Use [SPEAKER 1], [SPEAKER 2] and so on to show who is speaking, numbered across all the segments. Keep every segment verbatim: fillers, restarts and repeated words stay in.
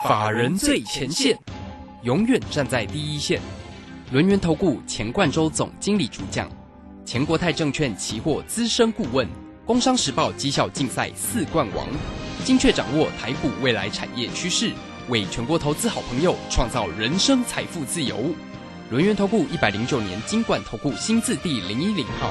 [SPEAKER 1] 法人最前线，永远站在第一线。轮源投顾钱冠洲总经理主讲，前国泰证券期货资深顾问，工商时报绩效竞赛四冠王，精确掌握台股未来产业趋势，为全国投资好朋友创造人生财富自由。轮源投顾一百零九年金管投顾新字第零一零号。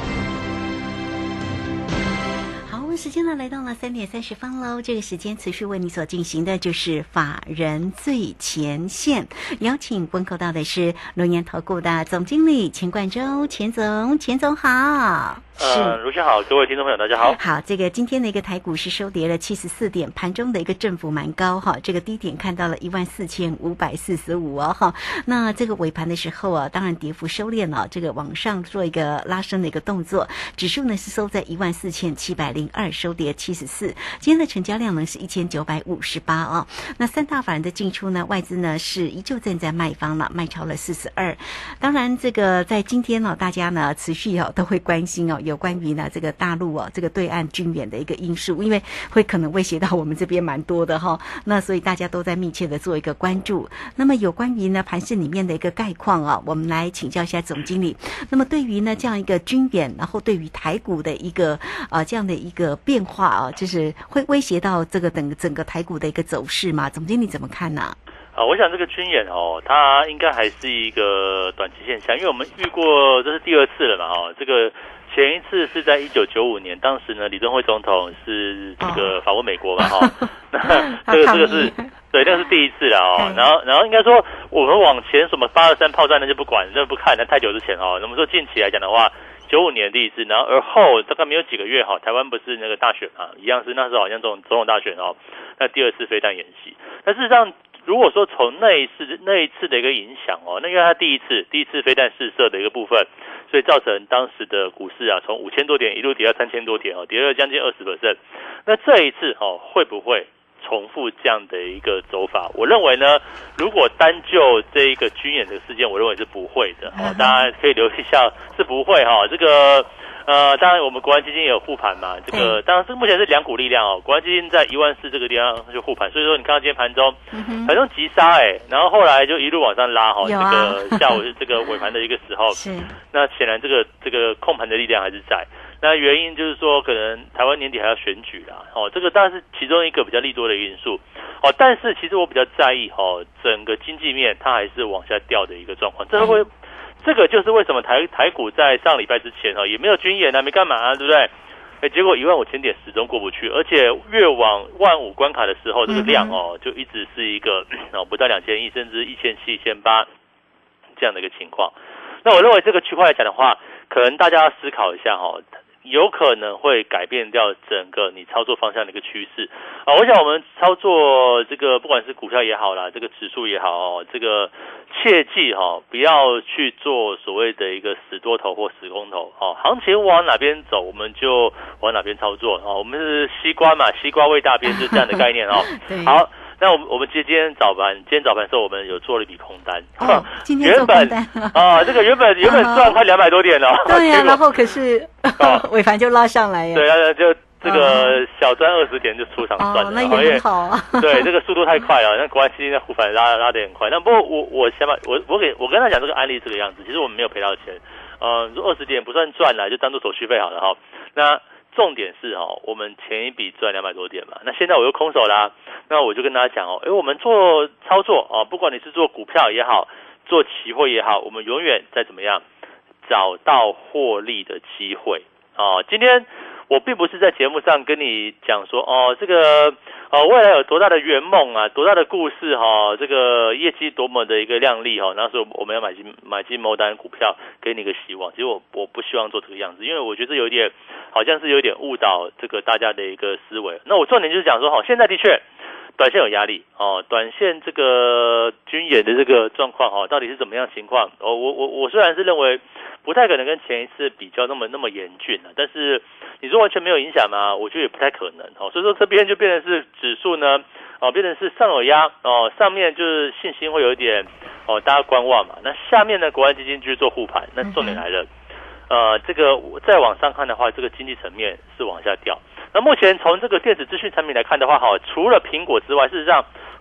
[SPEAKER 2] 时间呢来到了三点三十分喽，这个时间持续为你所进行的就是法人最前线，邀请问候到的是轮源投顾的总经理钱冠洲，钱总，钱总好。
[SPEAKER 3] 呃，卢先好，各位听众朋友大家好。
[SPEAKER 2] 好，这个今天的一个台股是收跌了七十四点，盘中的一个振幅蛮高哈，这个低点看到了一万四千五百四十五哦哈。那这个尾盘的时候啊，当然跌幅收敛了，这个往上做一个拉升的一个动作，指数呢是收在一万四千七百零二，收跌七十四。今天的成交量呢是一千九百五十八哦。那三大法人的进出呢，外资呢是依旧站在卖方了，卖超了四十二。当然，这个在今天呢、哦，大家呢持续哦都会关心哦。有关于呢这个大陆哦这个对岸军演的一个因素，因为会可能威胁到我们这边蛮多的哈、哦，那所以大家都在密切的做一个关注。那么有关于呢盘市里面的一个概况啊，我们来请教一下总经理。那么对于呢这样一个军演，然后对于台股的一个呃这样的一个变化啊，就是会威胁到这个整整个台股的一个走势吗？总经理怎么看呢？
[SPEAKER 3] 啊，我想这个军演哦，它应该还是一个短期现象，因为我们遇过这是第二次了嘛，哦，这个。前一次是在一九九五年，当时呢，李登辉总统是这个访问美国嘛，哈、哦，那这个这个是对，那个是第一次了哦。然后然后应该说，我们往前什么八二三炮战那就不管，那不看，那太久之前哦。那么说近期来讲的话，九五年第一次，然后而后大概没有几个月哈，台湾不是那个大选嘛，一样是那时候好像总总统大选哦，那第二次飞弹演习，但事实上。如果说从那一次那一次的一个影响哦，那因为它第一次第一次飞弹试射的一个部分，所以造成当时的股市啊从五千多点一路跌到三千多点哦，跌了将近二十 percent。那这一次哦会不会重复这样的一个走法？我认为呢，如果单就这一个军演的事件，我认为是不会的哦，大家可以留意一下，是不会哈、哦、这个。呃，当然我们国安基金也有护盘嘛，这个当然这目前是两股力量哦，国安基金在一万四这个地方就护盘，所以说你看到今天盘中，盘中急杀哎，然后后来就一路往上拉哈、哦，
[SPEAKER 2] 啊、
[SPEAKER 3] 这个下午这个尾盘的一个时候，
[SPEAKER 2] 是
[SPEAKER 3] 那显然这个这个控盘的力量还是在，那原因就是说可能台湾年底还要选举啦，哦，这个当然是其中一个比较利多的因素，哦，但是其实我比较在意哦，整个经济面它还是往下掉的一个状况，这会。嗯这个就是为什么台台股在上礼拜之前哦也没有军演啊，没干嘛啊，对不对？哎，结果一万五千点始终过不去，而且越往万五关卡的时候，这个量哦就一直是一个哦不到两千亿，甚至一千七、一千八这样的一个情况。那我认为这个区块来讲的话，可能大家要思考一下哦。有可能会改变掉整个你操作方向的一个趋势啊！我想我们操作这个不管是股票也好啦，这个指数也好哦，这个切记哈、哦，不要去做所谓的一个死多头或死空头哦。行情往哪边走，我们就往哪边操作哦。我们是西瓜嘛，西瓜喂大边，就这样的概念哦。好。那我们我们今天早盘，今天早盘的时候，我们有做了一笔空单。
[SPEAKER 2] 哦，今天做空单
[SPEAKER 3] 啊，这个原本原本赚快两百多点了。
[SPEAKER 2] 对呀、啊，然后可是尾盘就拉上来呀。
[SPEAKER 3] 对啊，就这个小赚二十点就出场赚了。
[SPEAKER 2] 哦，那也很好啊。
[SPEAKER 3] 对，这个速度太快了，那国安基金在护盘拉拉得很快。那不过我我先把我我给我跟他讲这个案例这个样子，其实我们没有赔到钱。呃，说二十点不算赚了，就当做手续费好了哈。那。重点是哦，我们前一笔赚两百多点嘛，那现在我又空手啦，那我就跟大家讲哦，因为我们做操作哦，不管你是做股票也好，做期货也好，我们永远在怎么样找到获利的机会哦。今天我并不是在节目上跟你讲说哦，这个哦未来有多大的圆梦啊，多大的故事哈、哦，这个业绩多么的一个亮丽哈、哦，那时候我们要买进买进某单股票，给你一个希望。其实我我不希望做这个样子，因为我觉得有点好像是有点误导这个大家的一个思维。那我重点就是讲说哈，现在的确短线有压力哦，短线这个军演的这个状况哈，到底是怎么样情况？哦，我我我虽然是认为不太可能跟前一次比较那么那么严峻了，但是你说完全没有影响吗？我觉得也不太可能哦。所以说这边就变成是指数呢，哦，变成是上有压哦，上面就是信心会有一点哦，大家观望嘛。那下面呢，国安基金继续做护盘，那重点来了。呃，这个再往上看的话，这个经济层面是往下掉。那目前从这个电子资讯产品来看的话，哈，除了苹果之外，事实上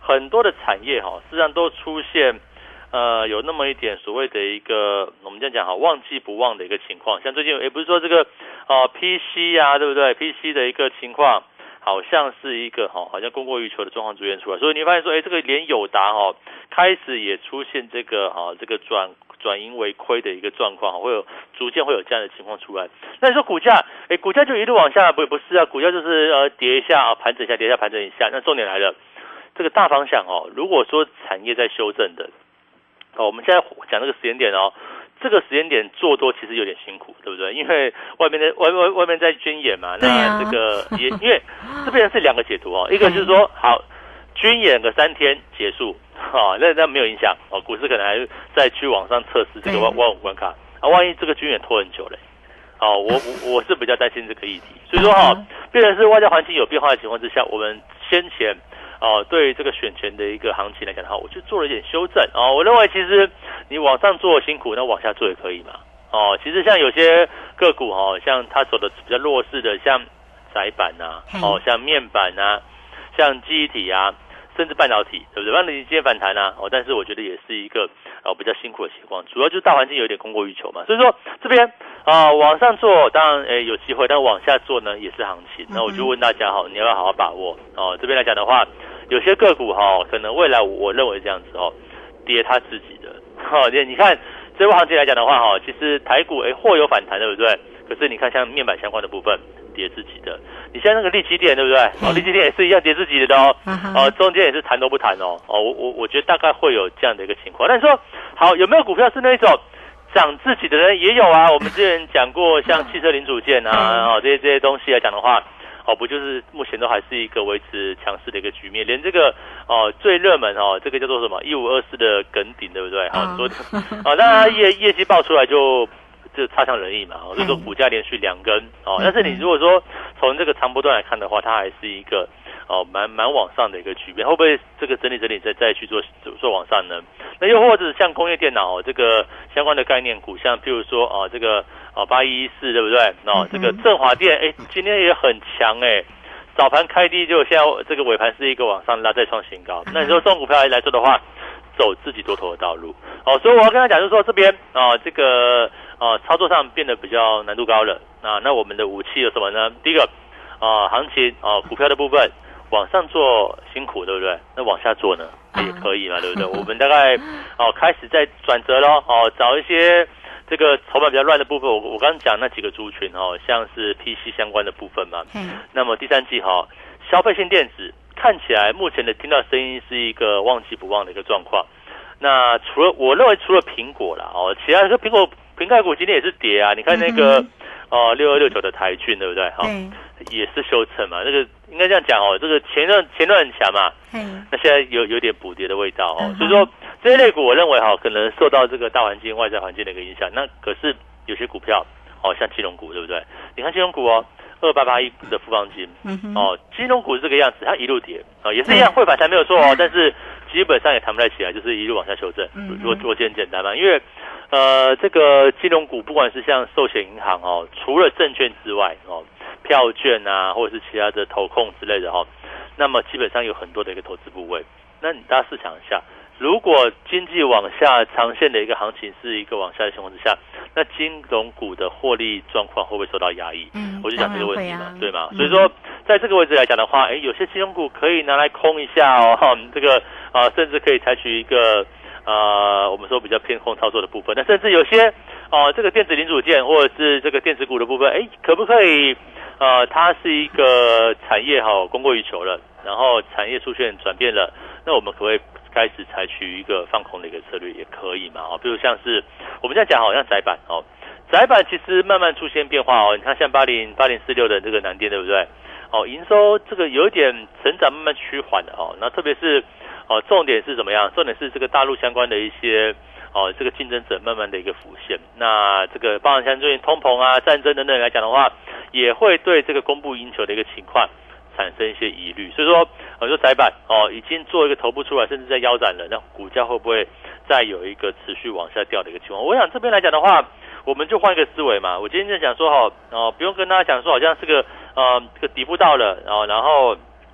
[SPEAKER 3] 很多的产业哈，事实上都出现呃有那么一点所谓的一个我们这样讲哈，旺季不旺的一个情况。像最近也不是说这个呃 P C 啊，对不对 ？P C 的一个情况好像是一个哈，好像供过于求的状况逐渐出来，所以你发现说，哎，这个连友达哈开始也出现这个哈这个转转盈为亏的一个状况，会有逐渐会有这样的情况出来。那你说股价，哎，股价就一路往下，不不是啊，股价就是呃跌一下啊，盘整一下，跌一下，盘整一下。那重点来了，这个大方向哦，如果说产业在修正的，哦，我们现在讲这个时间点哦。这个时间点做多其实有点辛苦，对不对？因为外面的外外外面在军演嘛，那这个也因为这边是两个解读哦，一个就是说好军演个三天结束，哦，那那没有影响哦，股市可能还再去往上测试这个万万五关卡啊，万一这个军演拖很久嘞，哦，我我我是比较担心这个议题，所以说哈、哦，变成是外在环境有变化的情况之下，我们先前。哦，对这个选权的一个行情来讲的话，我就做了一点修正哦。我认为其实你往上做辛苦，那往下做也可以嘛。哦，其实像有些个股哦，像它走的比较弱势的，像载板啊，哦，像面板啊，像记忆体啊，甚至半导体，对不对？半导体今天反弹啊，哦，但是我觉得也是一个哦比较辛苦的情况，主要就是大环境有点供过于求嘛。所以说这边啊、呃、往上做当然诶有机会，但往下做呢也是行情。那我就问大家哈，你要不要好好把握哦？这边来讲的话。有些个股哈，可能未来我认为这样子哦，跌它自己的。哈，你你看这波行情来讲的话哈，其实台股诶或有反弹，对不对？可是你看像面板相关的部分跌自己的，你像那个力积电，对不对？哦，力积电也是一样跌自己的哦。哦，中间也是弹都不弹哦。哦，我我我觉得大概会有这样的一个情况。但是说好有没有股票是那种涨自己的人也有啊？我们之前讲过像汽车零组件啊，哦这些这些东西来讲的话。哦，不就是目前都还是一个维持强势的一个局面，连这个哦最热门哦，这个叫做什么一五二四的耿鼎，对不对？好、哦，昨天哦，当然业业绩爆出来就就差强人意嘛，哦，就说股价连续两根哦，但是你如果说从这个长波段来看的话，它还是一个哦蛮蛮往上的一个局面，会不会这个整理整理再再去做做往上呢？那又或者像工业电脑、哦、这个相关的概念股，像譬如说哦这个。哦，八一一四对不对？哦，这个振华电，哎，今天也很强哎，早盘开低就现在这个尾盘是一个往上拉再创新高。那你说这种股票来说的话，走自己多头的道路。哦，所以我要跟他讲，就是说这边啊、哦，这个啊、哦、操作上变得比较难度高了。啊，那我们的武器有什么呢？第一个啊、呃，行情啊、呃，股票的部分往上做辛苦，对不对？那往下做呢也可以嘛，对不对？我们大概哦开始在转折咯，哦，找一些。这个筹码比较乱的部分，我我刚刚讲那几个族群哦，像是 P C 相关的部分嘛。嗯。那么第三季哈、哦，消费性电子看起来目前的听到声音是一个旺季不旺的一个状况。那除了我认为除了苹果啦哦，其他说苹果苹概股今天也是跌啊。你看那个哦六二六九的台骏对不对？哈、哦，也是修正嘛。那个应该这样讲哦，这个前段前段很强嘛。嗯。那现在有有点补跌的味道哦，嗯、所以说。这些类股我认为哈，可能受到这个大环境、外在环境的一个影响。那可是有些股票，哦，像金融股，对不对？你看金融股哦，二八八一的富邦金，嗯、哦，金融股是这个样子，它一路跌，哦，也是一样会反弹没有错哦，但是基本上也弹不太起来，就是一路往下修正。逻逻辑很简单嘛，因为呃，这个金融股不管是像寿险银行哦，除了证券之外哦，票券啊，或者是其他的投控之类的哦，那么基本上有很多的一个投资部位。那你大家试想一下。如果经济往下长线的一个行情是一个往下的情况之下，那金融股的获利状况会不会受到压抑？嗯，我就讲这个问题嘛，啊、对吗？嗯、所以说，在这个位置来讲的话，哎，有些金融股可以拿来空一下哦，这个啊、呃，甚至可以采取一个呃，我们说比较偏空操作的部分。那甚至有些哦、呃，这个电子零组件或者是这个电子股的部分，哎，可不可以？呃，它是一个产业哈、哦，供过于求了，然后产业出现转变了，那我们可不可以？开始采取一个放空的一个策略也可以嘛，哦，比如像是我们现在讲好像载板哦，载板其实慢慢出现变化哦，你看像八零八零四六的这个南电对不对？哦，营收这个有一点成长慢慢趋缓的哦，那特别是哦，重点是怎么样？重点是这个大陆相关的一些哦，这个竞争者慢慢的一个浮现，那这个包含像最近通膨啊、战争等等来讲的话，也会对这个供不应求的一个情况。产生一些疑虑，所以说，呃，说载板哦，已经做一个头部出来，甚至在腰斩了，那股价会不会再有一个持续往下掉的一个情况？我想这边来讲的话，我们就换一个思维嘛。我今天在讲说哈，哦，不用跟大家讲说好像是个呃这个底部到了，哦，然后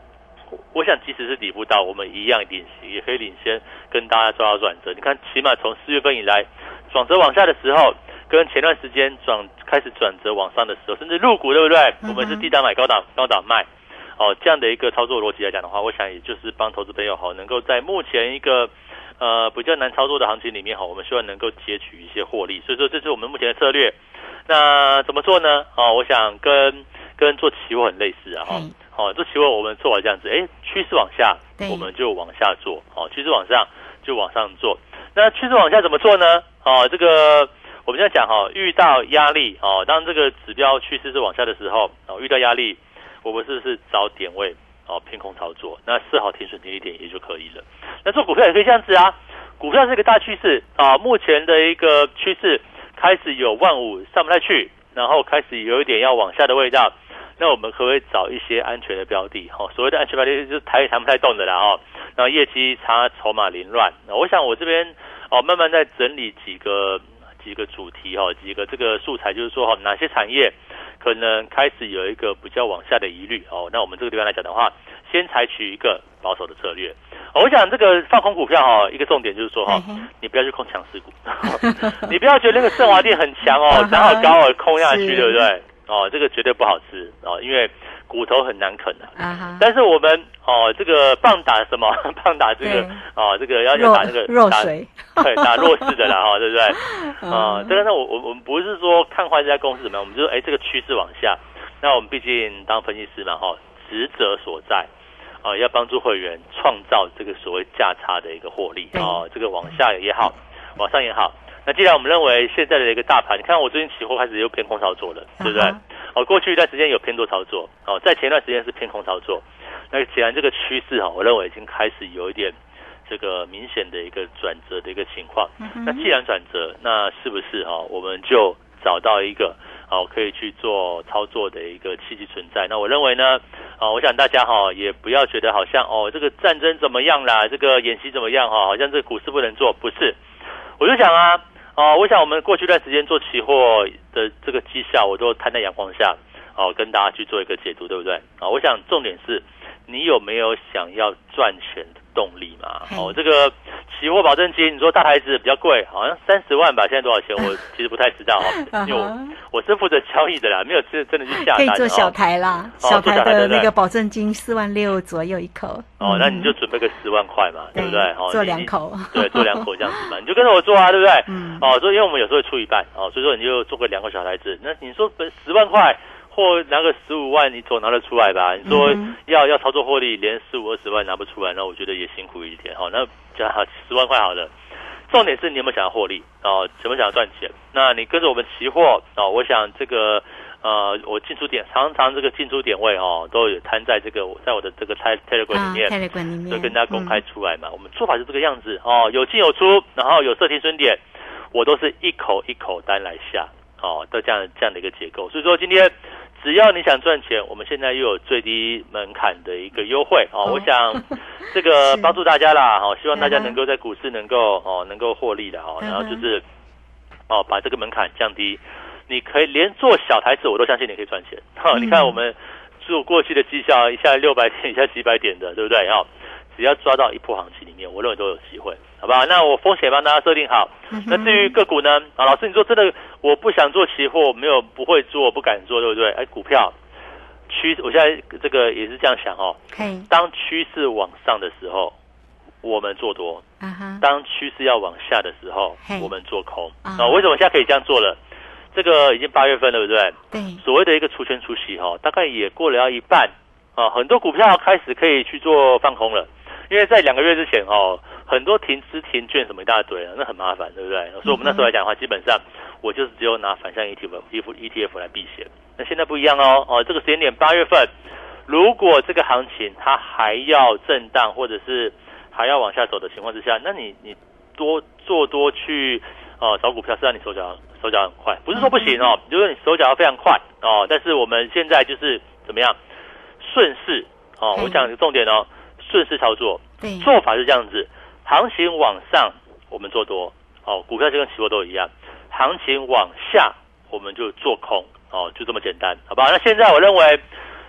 [SPEAKER 3] 我想即使是底部到，我们一样领也可以领先跟大家抓到转折。你看，起码从四月份以来，转折往下的时候，跟前段时间转开始转折往上的时候，甚至入股，对不对？嗯、我们是低档买高档高档卖，哦，这样的一个操作逻辑来讲的话，我想也就是帮投资朋友好，能够在目前一个呃比较难操作的行情里面哈，我们希望能够截取一些获利。所以说，这是我们目前的策略。那怎么做呢？哦，我想跟跟做期货很类似啊，哈、嗯。哦，做期货我们做好这样子，哎，趋势往下，我们就往下做，哦，趋势往上就往上做。那趋势往下怎么做呢？哦，这个我们现在讲哈、哦，遇到压力，哦，当这个指标趋势是往下的时候，哦，遇到压力，我们是不是找点位，哦，偏空操作，那设好停损停利点也就可以了。那做股票也可以这样子啊，股票是一个大趋势啊，目前的一个趋势开始有万五上不太去，然后开始有一点要往下的味道。那我们可不可以找一些安全的标的？哈、哦，所谓的安全标的就是抬也抬不太动的啦，哈、哦。然后业绩差，筹码凌乱。我想我这边哦，慢慢在整理几个几个主题哈、哦，几个这个素材，就是说哈、哦，哪些产业可能开始有一个比较往下的疑虑哦。那我们这个地方来讲的话，先采取一个保守的策略。哦、我想这个放空股票哈、哦，一个重点就是说哈、哦，你不要去空强势股，你不要觉得那个盛华电很强哦，涨好高哦，空下去，对不对？哦，这个绝对不好吃哦，因为骨头很难啃啊。Uh-huh. 但是我们哦，这个棒打什么？棒打这个哦，这个要要打那个
[SPEAKER 2] 弱水，
[SPEAKER 3] 对，打弱势的啦，哈、哦，对不对？啊、uh-huh. 这个呢，我我我们不是说看坏这家公司怎么样，我们就说，哎，这个趋势往下，那我们毕竟当分析师嘛，哈、哦，职责所在，哦，要帮助会员创造这个所谓价差的一个获利哦，这个往下也好，往上也好。那既然我们认为现在的一个大盘，你看我最近期货开始又偏空操作了，对不对？哦，过去一段时间有偏多操作，哦，在前一段时间是偏空操作。那既然这个趋势哈，我认为已经开始有一点这个明显的一个转折的一个情况。嗯、那既然转折，那是不是哈，我们就找到一个哦可以去做操作的一个契机存在？那我认为呢，哦，我想大家哈也不要觉得好像哦这个战争怎么样啦，这个演习怎么样哈，好像这个股市不能做，不是？我就想啊。哦，我想我们过去一段时间做期货的这个绩效，我都摊在阳光下，哦，跟大家去做一个解读，对不对？啊、哦，我想重点是，你有没有想要赚钱的动力嘛？哦，这个期货保证金，你说大台子比较贵，好像三十万吧，现在多少钱？我其实不太知道哈，因为我我是负责交易的啦，没有真真的去下单。
[SPEAKER 2] 可以做小台啦，哦、小台的那个保证金四万六左右一口。
[SPEAKER 3] 哦，那你就准备个十万块嘛，对不对？哦，
[SPEAKER 2] 做两口，
[SPEAKER 3] 对，做两口这样子嘛，你就跟着我做啊，对不对？嗯。哦，所以因为我们有时候会出一半，哦，所以说你就做个两口小台子。那你说十万块或拿个十五万，你总拿得出来吧？你说要要操作获利，连十五二十万拿不出来，那我觉得也辛苦一点。好、哦，那加十万块好了。重点是你有没有想要获利哦？有没有想要赚钱？那你跟着我们期货哦，我想这个。呃，我进出点常常这个进出点位哦，都有摊在这个在我的这个 Telegram 里面，
[SPEAKER 2] Telegram 里面
[SPEAKER 3] 就跟大家公开出来嘛。嗯、我们做法是这个样子哦，有进有出，然后有设停损点，我都是一口一口单来下哦，都这样这样的一个结构。所以说今天只要你想赚钱，我们现在又有最低门槛的一个优惠哦，哦我想这个帮助大家啦，哦，希望大家能够在股市能够哦能够获利的哦，然后就是哦把这个门槛降低。你可以连做小台子，我都相信你可以赚钱。哈、嗯，你看我们做过去的绩效，一下六百点，一下几百点的，对不对？哈，只要抓到一波行情里面，我认为都有机会，好不好？那我风险帮大家设定好。嗯、那至于个股呢？啊，老师，你说真的，我不想做期货，没有不会做，不敢做，对不对？哎，股票趋势，我现在这个也是这样想哦。当趋势往上的时候，我们做多；uh-huh. 当趋势要往下的时候，我们做空。啊、uh-huh. 哦，为什么现在可以这样做了？这个已经八月份了，对不对？对。所谓的一个除权除息哈、哦，大概也过了要一半啊，很多股票开始可以去做放空了，因为在两个月之前哦，很多停资停券什么一大堆啊，那很麻烦，对不对？所以我们那时候来讲的话，基本上我就是只有拿反向 E T F、E T F 来避险。那现在不一样哦，哦，这个时间点八月份，如果这个行情它还要震荡，或者是还要往下走的情况之下，那你你多做多去。哦，找股票是让你手脚手脚很快，不是说不行哦，就是你手脚要非常快哦。但是我们现在就是怎么样顺势哦，我讲一个重点哦，顺势操作，做法是这样子，行情往上我们做多哦，股票就跟期货都一样，行情往下我们就做空哦，就这么简单，好不好？那现在我认为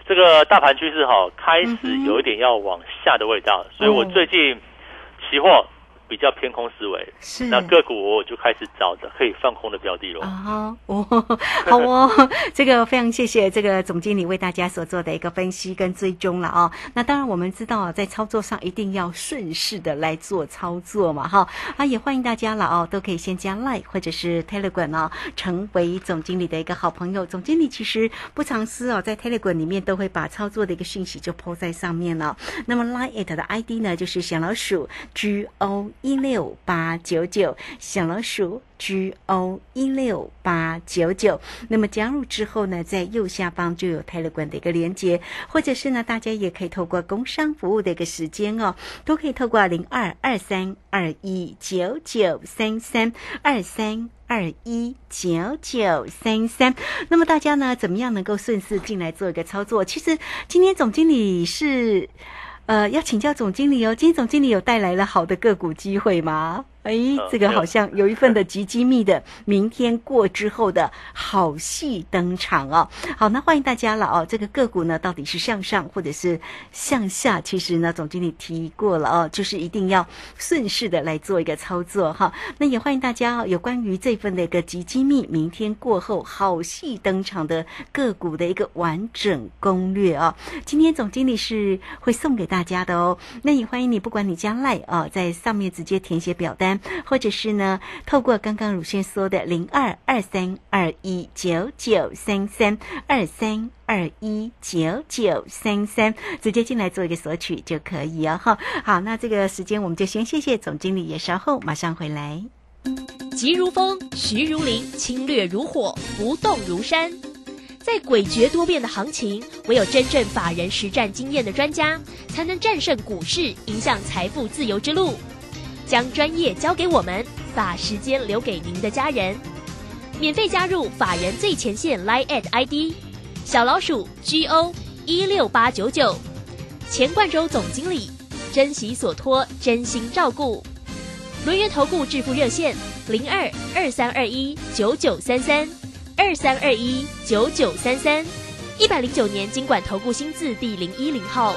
[SPEAKER 3] 这个大盘趋势哈开始有一点要往下的味道，所以我最近期货比较偏空思维，
[SPEAKER 2] 是
[SPEAKER 3] 那个股我就开始找的可以放空的标的了。
[SPEAKER 2] 啊，哦，好哦，这个非常谢谢这个总经理为大家所做的一个分析跟追踪了哦。那当然我们知道在操作上一定要顺势的来做操作嘛，哈啊，也欢迎大家了哦，都可以先加 Line 或者是 Telegram 哦，成为总经理的一个好朋友。总经理其实不藏私哦，在 Telegram 里面都会把操作的一个讯息就 po 在上面了。那么 Line 的 I D 呢，就是小老鼠 G O。一六八九九小老鼠 G O 一六八九九，那么加入之后呢，在右下方就有 Telegram 的一个连接，或者是呢，大家也可以透过工商服务的一个时间哦，都可以透过零二二三二一九九三三二三二一九九三三。那么大家呢，怎么样能够顺势进来做一个操作？其实今天总经理是。呃，要请教总经理哦，今天总经理有带来了好的个股机会吗？哎，这个好像有一份的极机密的，明天过之后的好戏登场哦。好，那欢迎大家了哦。这个个股呢，到底是向上或者是向下？其实呢，总经理提过了哦，就是一定要顺势的来做一个操作哈。那也欢迎大家哦，有关于这份的一个极机密，明天过后好戏登场的个股的一个完整攻略哦。今天总经理是会送给大家的哦。那也欢迎你，不管你将来哦，在上面直接填写表单。或者是呢，透过刚刚汝轩说的零二二三二一九九三三二三二一九九三三，直接进来做一个索取就可以哦。哈，好，那这个时间我们就先谢谢总经理，也稍后马上回来。
[SPEAKER 4] 急如风，徐如林，侵略如火，不动如山。在诡谲多变的行情，唯有真正法人实战经验的专家，才能战胜股市，迎向财富自由之路。将专业交给我们，把时间留给您的家人。免费加入法人最前线 Line at I D 小老鼠 G O 一六八九九，钱冠洲总经理，珍惜所托，真心照顾。轮源投顾致富热线零二二三二一九九三三二三二一九九三三，一百零九年金管投顾新字第零一零号。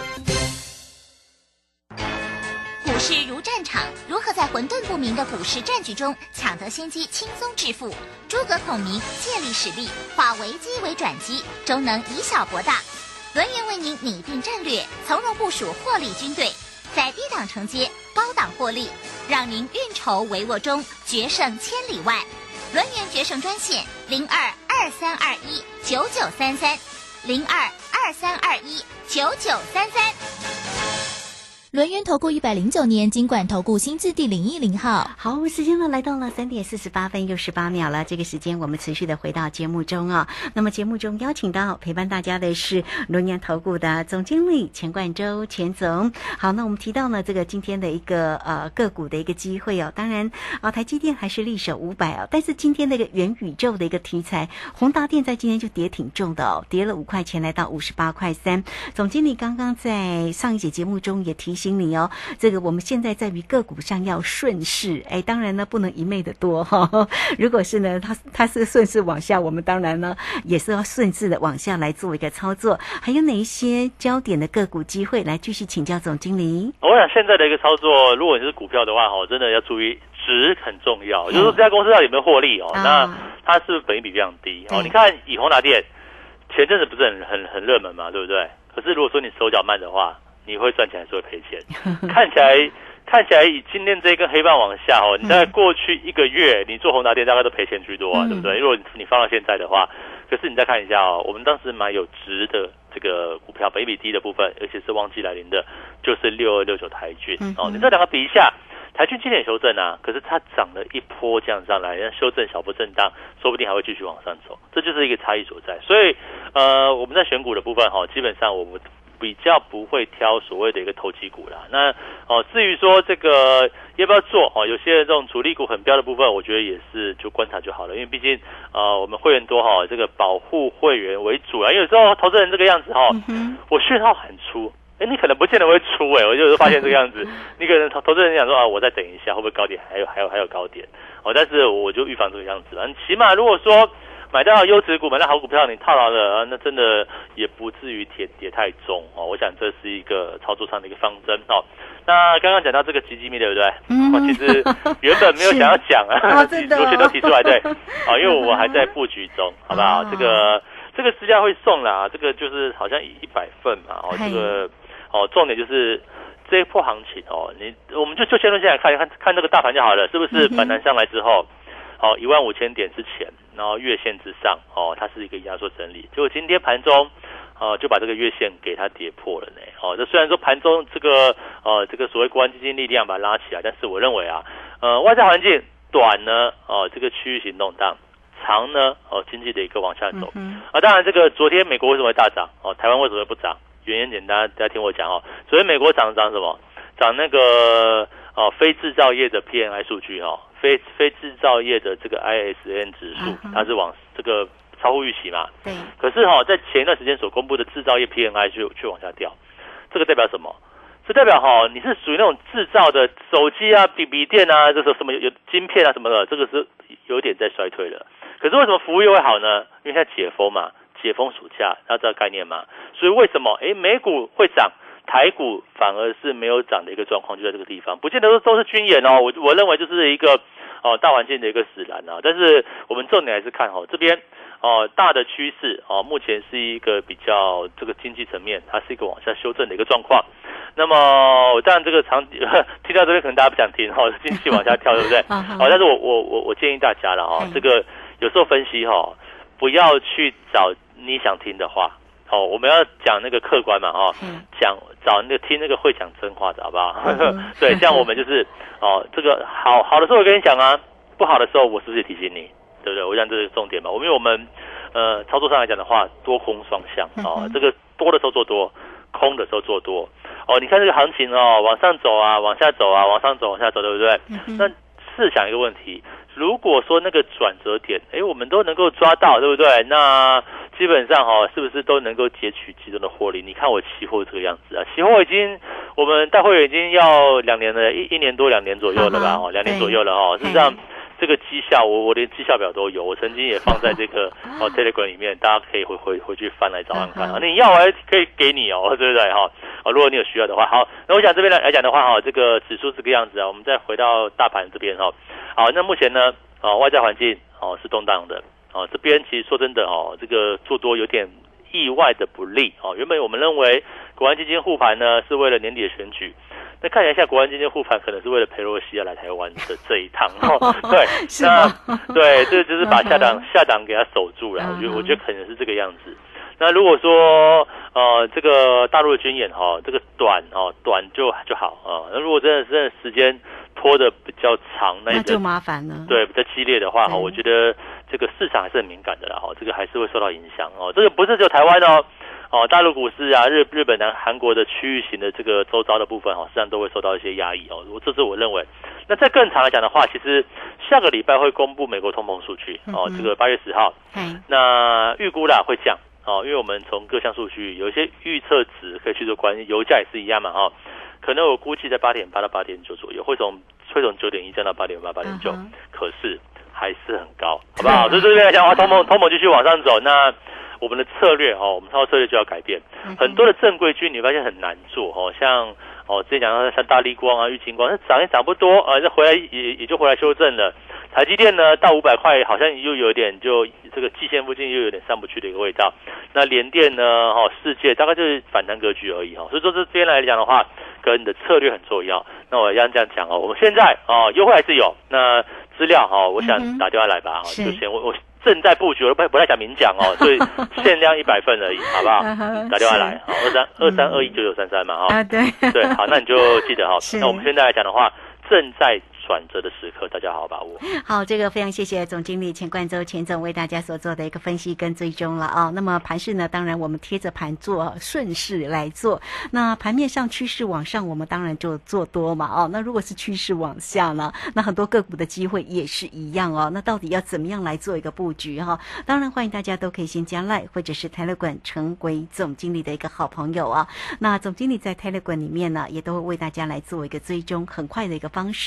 [SPEAKER 5] 股市如战场，如何在混沌不明的股市战局中抢得先机，轻松致富？诸葛孔明借力使力，化危机为转机，终能以小博大。轮源为您拟定战略，从容部署获利军队，在低档承接，高档获利，让您运筹帷幄中决胜千里外。轮源决胜专线零二二三二一九九三三零二二三二一九九三三。
[SPEAKER 6] 轮源投顾一百零九年金管投顾新字第零一零号。
[SPEAKER 2] 好，时间呢来到了三点四十八分又十八秒了。这个时间我们持续的回到节目中啊。那么节目中邀请到陪伴大家的是轮源投顾的总经理钱冠洲钱总。好，那我们提到呢这个今天的一个呃个股的一个机会哦，当然啊台积电还是力守五百啊，但是今天那个元宇宙的一个题材，宏达电在今天就跌挺重的哦，跌了五块钱来到五十八块三。总经理刚刚在上一节节目中也提醒你哦，这个我们现在在于个股上要顺势，哎，当然呢不能一昧的多哈、哦。如果是呢，它它是顺势往下，我们当然呢也是要顺势的往下来做一个操作。还有哪一些焦点的个股机会来继续请教总经理？
[SPEAKER 3] 我想现在的一个操作，如果你是股票的话，哈，真的要注意值很重要，就是说这家公司到底有没有获利哦？啊、那它是不是本益比非常低哦？你看以宏达电前阵子不是很很很热门嘛，对不对？可是如果说你手脚慢的话，你会赚钱还是会赔钱？看起来看起来以今天这一根黑棒往下哦，你在过去一个月你做宏达电大概都赔钱居多啊，嗯、对不对？如果你放到现在的话，可是你再看一下哦，我们当时买有值的这个股票，本益比低的部分，而且是旺季来临的，就是六二六九台骏、嗯、哦。你这两个比一下，台骏今天修正啊，可是它涨了一波这样上来，修正小波震荡，说不定还会继续往上走，这就是一个差异所在。所以呃，我们在选股的部分哈、哦，基本上我们比较不会挑所谓的一个投机股啦。那哦，至于说这个要不要做哦，有些这种主力股很标的部分，我觉得也是就观察就好了，因为毕竟呃我们会员多哈、哦，这个保护会员为主啊。有时候投资人这个样子哈、哦，嗯、我讯号很出，哎，你可能不见得会出哎，我就发现这个样子，你可能投投资人讲说啊，我再等一下，会不会高点？还有还有还有高点哦，但是我就预防这个样子了。起码如果说买到优质股，买到好股票，你套牢了，那真的也不至于跌跌太重哦。我想这是一个操作上的一个方针哦。那刚刚讲到这个基金面，对不对？嗯，我其实原本没有想要讲啊，目前都提出来对，哦，因为我还在布局中，好不好？哦、这个这个私下会送啦，这个就是好像一百份嘛，哦，这个哦，重点就是这一波行情哦，你我们就就先论下来看看看这个大盘就好了，是不是反弹上来之后，哦，一万五千点之前，然后月线之上，哦，它是一个压缩整理，结果今天盘中。哦，就把这个月线给它跌破了呢。哦，这虽然说盘中这个呃这个所谓国安基金力量把它拉起来，但是我认为啊，呃外在环境短呢，哦这个区域型动荡，长呢，哦经济的一个往下走。嗯、啊，当然这个昨天美国为什么会大涨？哦，台湾为什么会不涨？原因简单，大家听我讲哦。昨天美国涨涨什么？涨那个哦非制造业的 P M I 数据哦，非非制造业的这个 I S M 指数，嗯、它是往这个。超乎预期嘛？对。可是哈、哦，在前一段时间所公布的制造业 P M I 就却往下掉，这个代表什么？这代表哈、哦，你是属于那种制造的手机啊、笔笔电啊，这个什么有晶片啊什么的，这个是有点在衰退了。可是为什么服务业会好呢？因为现在解封嘛，解封暑假，要知道概念嘛。所以为什么？哎，美股会涨，台股反而是没有涨的一个状况，就在这个地方，不见得都都是军演哦。我我认为就是一个哦大环境的一个使然啊。但是我们重点还是看哦这边。哦，大的趋势哦，目前是一个比较这个经济层面，它是一个往下修正的一个状况。那么，当然这个长听到这边可能大家不想听哈、哦，经济往下跳，对不对？哦，但是我我我我建议大家了哈、哦，这个有时候分析哈、哦，不要去找你想听的话。哦，我们要讲那个客观嘛哈、哦，讲找那个听那个会讲真话的好不好？对，这样我们就是哦，这个好好的时候我跟你讲啊，不好的时候我是不是也提醒你？对不对？我想这是重点嘛。我因为我们呃操作上来讲的话，多空双向哦，这个多的时候做多，空的时候做多哦。你看这个行情哦，往上走啊，往下走啊，往上走，往下走，对不对？嗯、那试想一个问题，如果说那个转折点，哎，我们都能够抓到，对不对？那基本上哈、哦，是不是都能够截取其中的获利？你看我期货这个样子啊，期货已经我们大会员已经要两年了，一一年多两年左右了吧？哦，两年左右了哈、哦，事实上。这个绩效，我我连绩效表都有，我曾经也放在这个哦 Telegram 里面，大家可以回回回去翻来找看看啊。你要我还可以给你哦，对不对哈？哦，如果你有需要的话，好，那我想这边来来讲的话哈，这个指数这个样子啊，我们再回到大盘这边哈。好，那目前呢，哦外在环境哦是动荡的，哦这边其实说真的哦，这个做多有点意外的不利哦。原本我们认为国安基金护盘呢是为了年底的选举。那看一下国安基金护盘，可能是为了裴洛西要来台湾的这一趟哦。对，那对，这就是把下档下档给他守住了。我觉得我觉得可能是这个样子。那如果说呃这个大陆的军演哈、哦，这个短哦短就就好啊。那如果真的是时间拖得比较长，那,
[SPEAKER 2] 那就麻烦了。
[SPEAKER 3] 对，比较激烈的话哈，我觉得这个市场还是很敏感的啦哈，这个还是会受到影响哦。这个不是只有台湾哦。哦，大陆股市啊，日日本、南韩国的区域型的这个周遭的部分，哦，实际上都会受到一些压抑哦。这是我认为。那在更长来讲的话，其实下个礼拜会公布美国通膨数据哦，这个八月十号。嗯。那预估啦会降哦，因为我们从各项数据有一些预测值可以去做关系，油价也是一样嘛哈、哦。可能我估计在八点八到八点九左右，会从会从九点一降到八点八、八点九，可是还是很高，好不好？所以这边来讲的话，通膨通膨继续往上走，那。我们的策略哦，我们操作策略就要改变。很多的正规军你发现很难做哦，像哦之前讲到像大立光啊、玉晶光，它涨也涨不多，呃，这回来也也就回来修正了。台积电呢到五百块，好像又有点就这个季线附近又有点上不去的一个味道。那联电呢，哦，世界大概就是反弹格局而已哈、哦。所以说这边来讲的话，跟你的策略很重要。那我要这样讲哦，我们现在哦优惠还是有，那资料哈、哦，我想打电话来吧，嗯、就先我我。正在布局，我不不太想明讲哦，所以限量一百份而已，好不好？打电话来，好，二三二三二一九九三三嘛，哈、哦，啊对对，好，那你就记得哈。那我们现在来讲的话，正在转折的时刻，大家好好把握。
[SPEAKER 2] 好，这个非常谢谢总经理钱冠周钱总为大家所做的一个分析跟追踪了啊、哦。那么盘势呢，当然我们贴着盘做，顺势来做。那盘面上趋势往上，我们当然就做多嘛哦。那如果是趋势往下呢，那很多个股的机会也是一样哦。那到底要怎么样来做一个布局哈、哦？当然欢迎大家都可以先加 LINE 或者是 Telegram 成为总经理的一个好朋友啊。那总经理在 Telegram 里面呢，也都会为大家来做一个追踪，很快的一个方式。大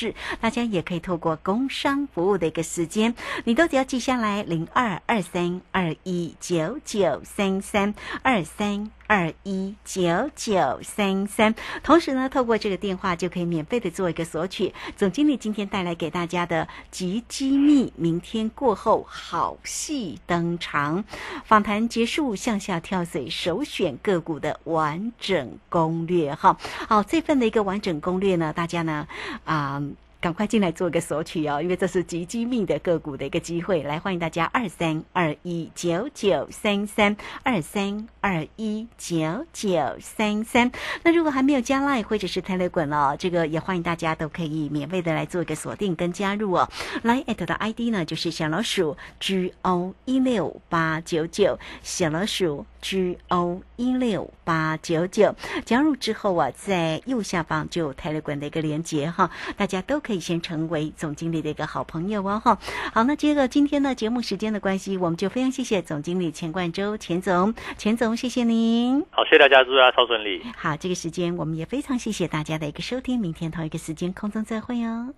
[SPEAKER 2] 大家也可以透过工商服务的一个时间，你都只要记下来零二二三二一九九三三二三二一九九三三，同时呢，透过这个电话就可以免费的做一个索取。总经理今天带来给大家的极机密，明天过后好戏登场。访谈结束，向下跳水，首选个股的完整攻略哈。好，这份的一个完整攻略呢，大家呢啊。呃赶快进来做个索取哦，因为这是极机密的个股的一个机会。来，欢迎大家二三二一九九三三二三二一九九三三。那如果还没有加 Line 或者是 Telegram 哦，这个也欢迎大家都可以免费的来做一个锁定跟加入哦。Line at 的 I D 呢就是小老鼠 G O 一六八九九，小老鼠 G O 一六八九九。加入之后啊，在右下方就有 Telegram 的一个连结哈，大家都可以先成为总经理的一个好朋友哦哈。好，那接着今天呢节目时间的关系，我们就非常谢谢总经理钱冠周钱总，钱总谢谢您。
[SPEAKER 3] 好，谢谢大家，祝大家超顺利。
[SPEAKER 2] 好，这个时间我们也非常谢谢大家的一个收听，明天同一个时间空中再会哦。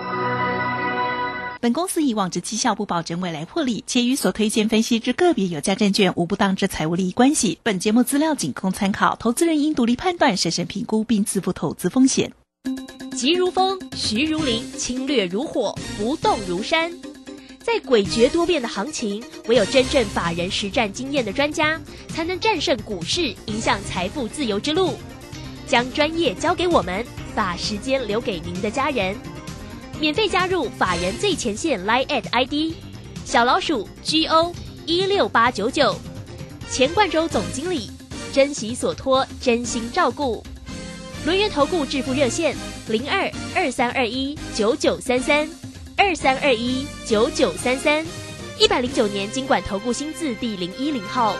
[SPEAKER 7] 本公司以往之绩效不保证未来获利，且与所推荐分析之个别有价证券无不当之财务利益关系。本节目资料仅供参考，投资人应独立判断、审慎评估并自负投资风险。
[SPEAKER 4] 急如风，徐如林，侵略如火，不动如山。在诡谲多变的行情，唯有真正法人实战经验的专家，才能战胜股市，迎向财富自由之路。将专业交给我们，把时间留给您的家人。免费加入法人最前线 Line at I D 小老鼠 G O 一六八九九，钱冠周总经理，珍惜所托，真心照顾。轮源投顾致富热线零二二三二一九九三三二三二一九九三三，一百零九年金管投顾新字第零一零号。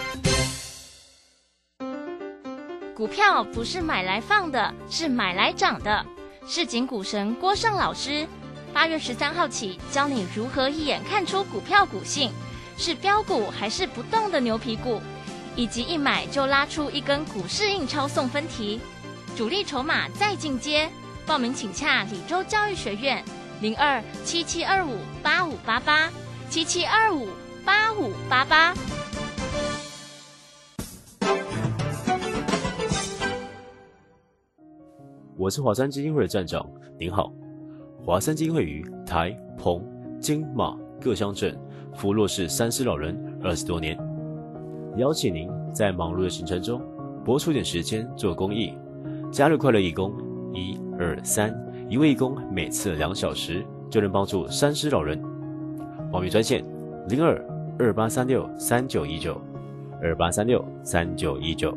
[SPEAKER 8] 股票不是买来放的，是买来涨的。市井股神郭胜老师，八月十三号起教你如何一眼看出股票股性，是标股还是不动的牛皮股，以及一买就拉出一根股市印钞送分题。主力筹码再进阶，报名请洽李州教育学院零二七七二五八五八八七七二五八五八八。
[SPEAKER 9] 我是华山基金会的站长，您好。华山基金会于台、澎、金、马各乡镇扶弱势三师老人二十多年，邀请您在忙碌的行程中拨出点时间做公益，加入快乐义工一二三，一位义工每次两小时就能帮助三师老人。报名专线零二二八三六三九一九二八三六三九一九。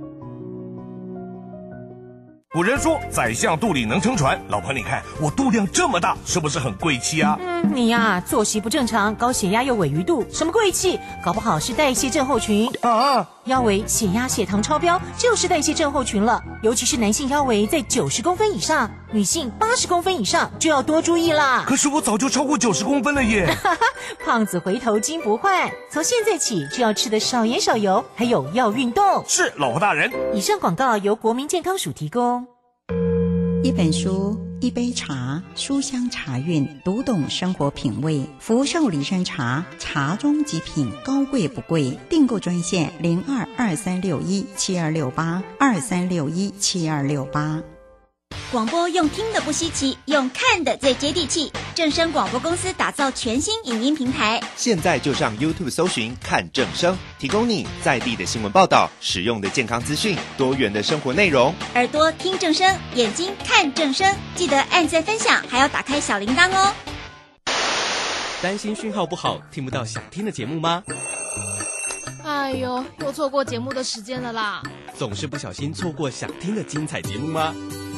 [SPEAKER 10] 古人说宰相肚里能撑船，老婆你看我肚量这么大，是不是很贵气啊？
[SPEAKER 11] 嗯，你呀、啊、作息不正常，高血压又尾鱼肚，什么贵气？搞不好是代谢症候群
[SPEAKER 10] 啊！
[SPEAKER 11] 腰围、血压、血糖超标就是代谢症候群了，尤其是男性腰围在九十公分以上，女性八十公分以上就要多注意啦。
[SPEAKER 10] 可是我早就超过九十公分了耶！
[SPEAKER 11] 胖子回头金不换，从现在起就要吃得少盐少油，还有要运动。
[SPEAKER 10] 是，老婆大人。
[SPEAKER 11] 以上广告由国民健康署提供。
[SPEAKER 12] 一本书，一杯茶，书香茶韵，读懂生活品味。福寿梨山茶，茶中极品，高贵不贵。订购专线零二二三六一七二六八二三六一七二六八。
[SPEAKER 13] 广播用听的不稀奇，用看的最接地气。正声广播公司打造全新影音平台，
[SPEAKER 14] 现在就上 YouTube 搜寻看正声，提供你在地的新闻报道、实用的健康资讯、多元的生活内容。
[SPEAKER 13] 耳朵听正声，眼睛看正声，记得按赞分享，还要打开小铃铛哦。
[SPEAKER 15] 担心讯号不好，听不到想听的节目吗？
[SPEAKER 16] 哎呦，又错过节目的时间了啦！
[SPEAKER 15] 总是不小心错过想听的精彩节目吗？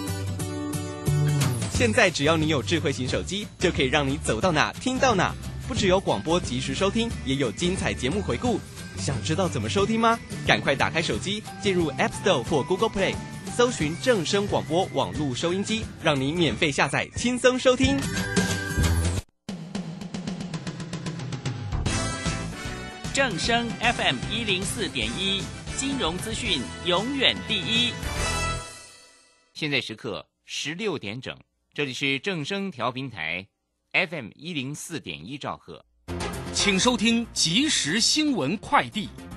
[SPEAKER 15] 现在只要你有智慧型手机，就可以让你走到哪听到哪。不只有广播及时收听，也有精彩节目回顾。想知道怎么收听吗？赶快打开手机，进入 App Store 或 Google Play， 搜寻正声广播网络收音机，让你免费下载，轻松收听。
[SPEAKER 17] 正声 F M 一零四点一，金融资讯永远第一。现在时刻十六点整。这里是正声调频台
[SPEAKER 18] F M 一零四点一兆赫。
[SPEAKER 1] 请收听即时新闻快递。